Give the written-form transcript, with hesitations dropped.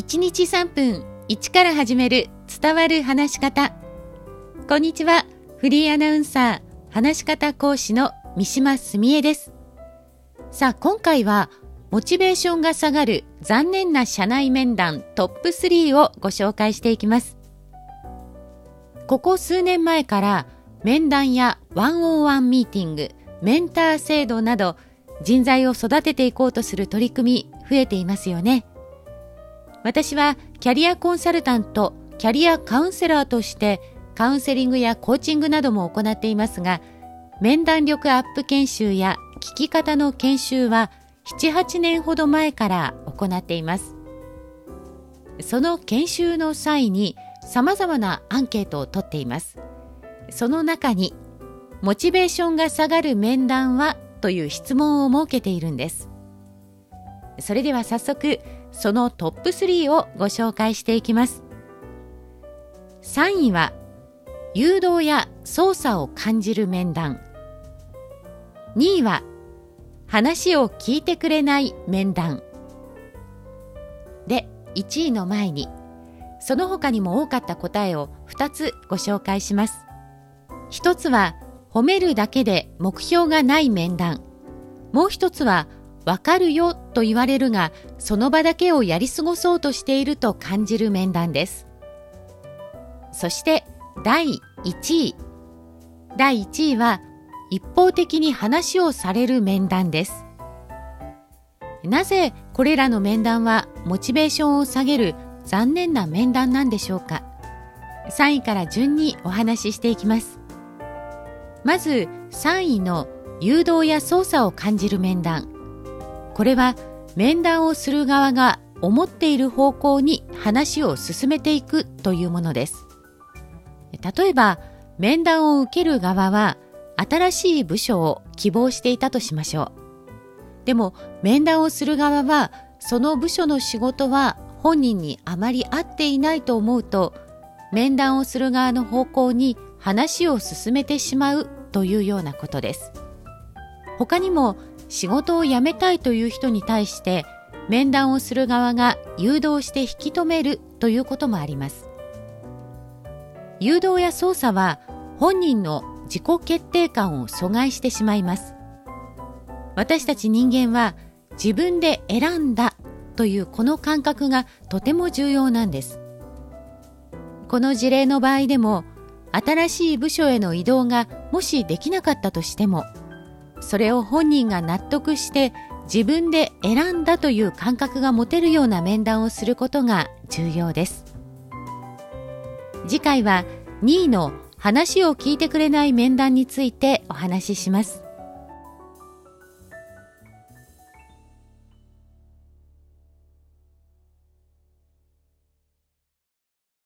1日3分1から始める伝わる話し方。こんにちは。フリーアナウンサー、話し方講師の三島澄江です。さあ、今回はモチベーションが下がる残念な社内面談トップ3をご紹介していきます。ここ数年前から面談やワンオンワンミーティング、メンター制度など人材を育てていこうとする取り組み増えていますよね。私はキャリアコンサルタント、キャリアカウンセラーとしてカウンセリングやコーチングなども行っていますが、面談力アップ研修や聞き方の研修は7、8年ほど前から行っています。その研修の際に様々なアンケートを取っています。その中に、モチベーションが下がる面談はという質問を設けているんです。それでは早速、そのトップ3をご紹介していきます。3位は、誘導や操作を感じる面談。2位は、話を聞いてくれない面談。で、1位の前に、その他にも多かった答えを2つご紹介します。1つは、褒めるだけで目標がない面談。もう1つは、わかるよと言われるが、その場だけをやり過ごそうとしていると感じる面談です。そして第1位。第1位は、一方的に話をされる面談です。なぜこれらの面談はモチベーションを下げる残念な面談なんでしょうか。3位から順にお話ししていきます。まず3位の誘導や操作を感じる面談。これは面談をする側が思っている方向に話を進めていくというものです。例えば、面談を受ける側は新しい部署を希望していたとしましょう。でも、面談をする側はその部署の仕事は本人にあまり合っていないと思うと、面談をする側の方向に話を進めてしまうというようなことです。他にも、仕事を辞めたいという人に対して面談をする側が誘導して引き止めるということもあります。誘導や操作は本人の自己決定感を阻害してしまいます。私たち人間は自分で選んだというこの感覚がとても重要なんです。この事例の場合でも、新しい部署への移動がもしできなかったとしても、それを本人が納得して自分で選んだという感覚が持てるような面談をすることが重要です。次回は2位の話を聞いてくれない面談についてお話しします。